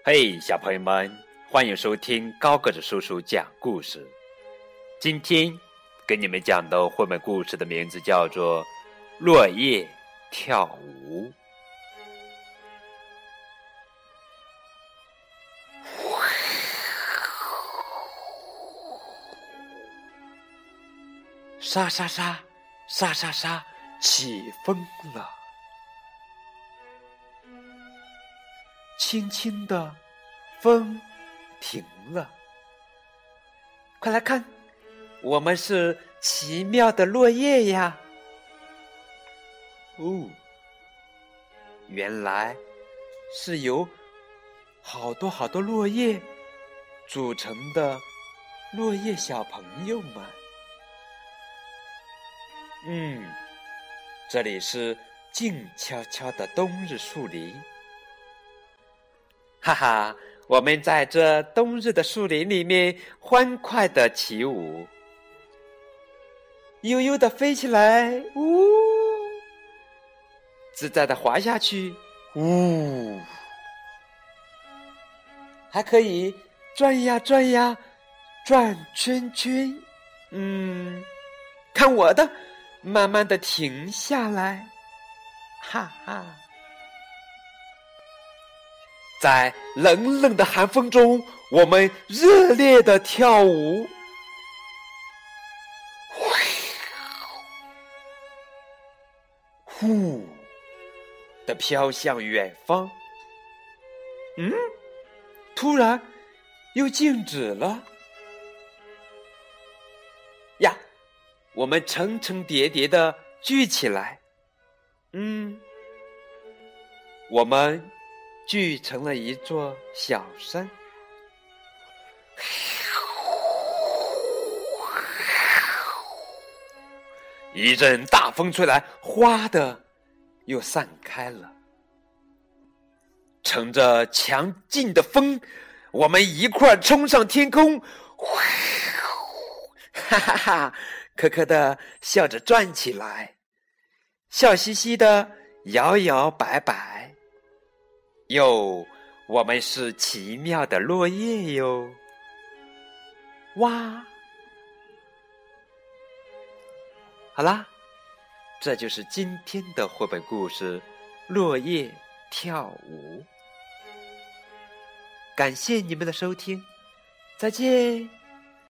嘿，小朋友们，欢迎收听高个子叔叔讲故事。今天给你们讲的绘本故事的名字叫做《落叶跳舞》。沙沙沙，沙沙沙，起风了。轻轻的，风停了。快来看，我们是奇妙的落叶呀！哦，原来是由好多落叶组成的落叶小朋友们。这里是静悄悄的冬日树林。哈哈，我们在这冬日的树林里面欢快地起舞，悠悠地飞起来，呜，自在地滑下去，呜，还可以转呀转呀，转圈圈，看我的，慢慢地停下来，哈哈。在冷冷的寒风中，我们热烈地跳舞，呼地飘向远方。突然又静止了。呀，我们层层叠叠地聚起来。我们聚成了一座小山。一阵大风吹来，哗的又散开了。乘着强劲的风，我们一块儿冲上天空，哈哈哈，咯咯的笑着转起来，笑嘻嘻的摇摇摆摆。哟，我们是奇妙的落叶哟！哇！好啦，这就是今天的绘本故事《落叶跳舞》。感谢你们的收听，再见。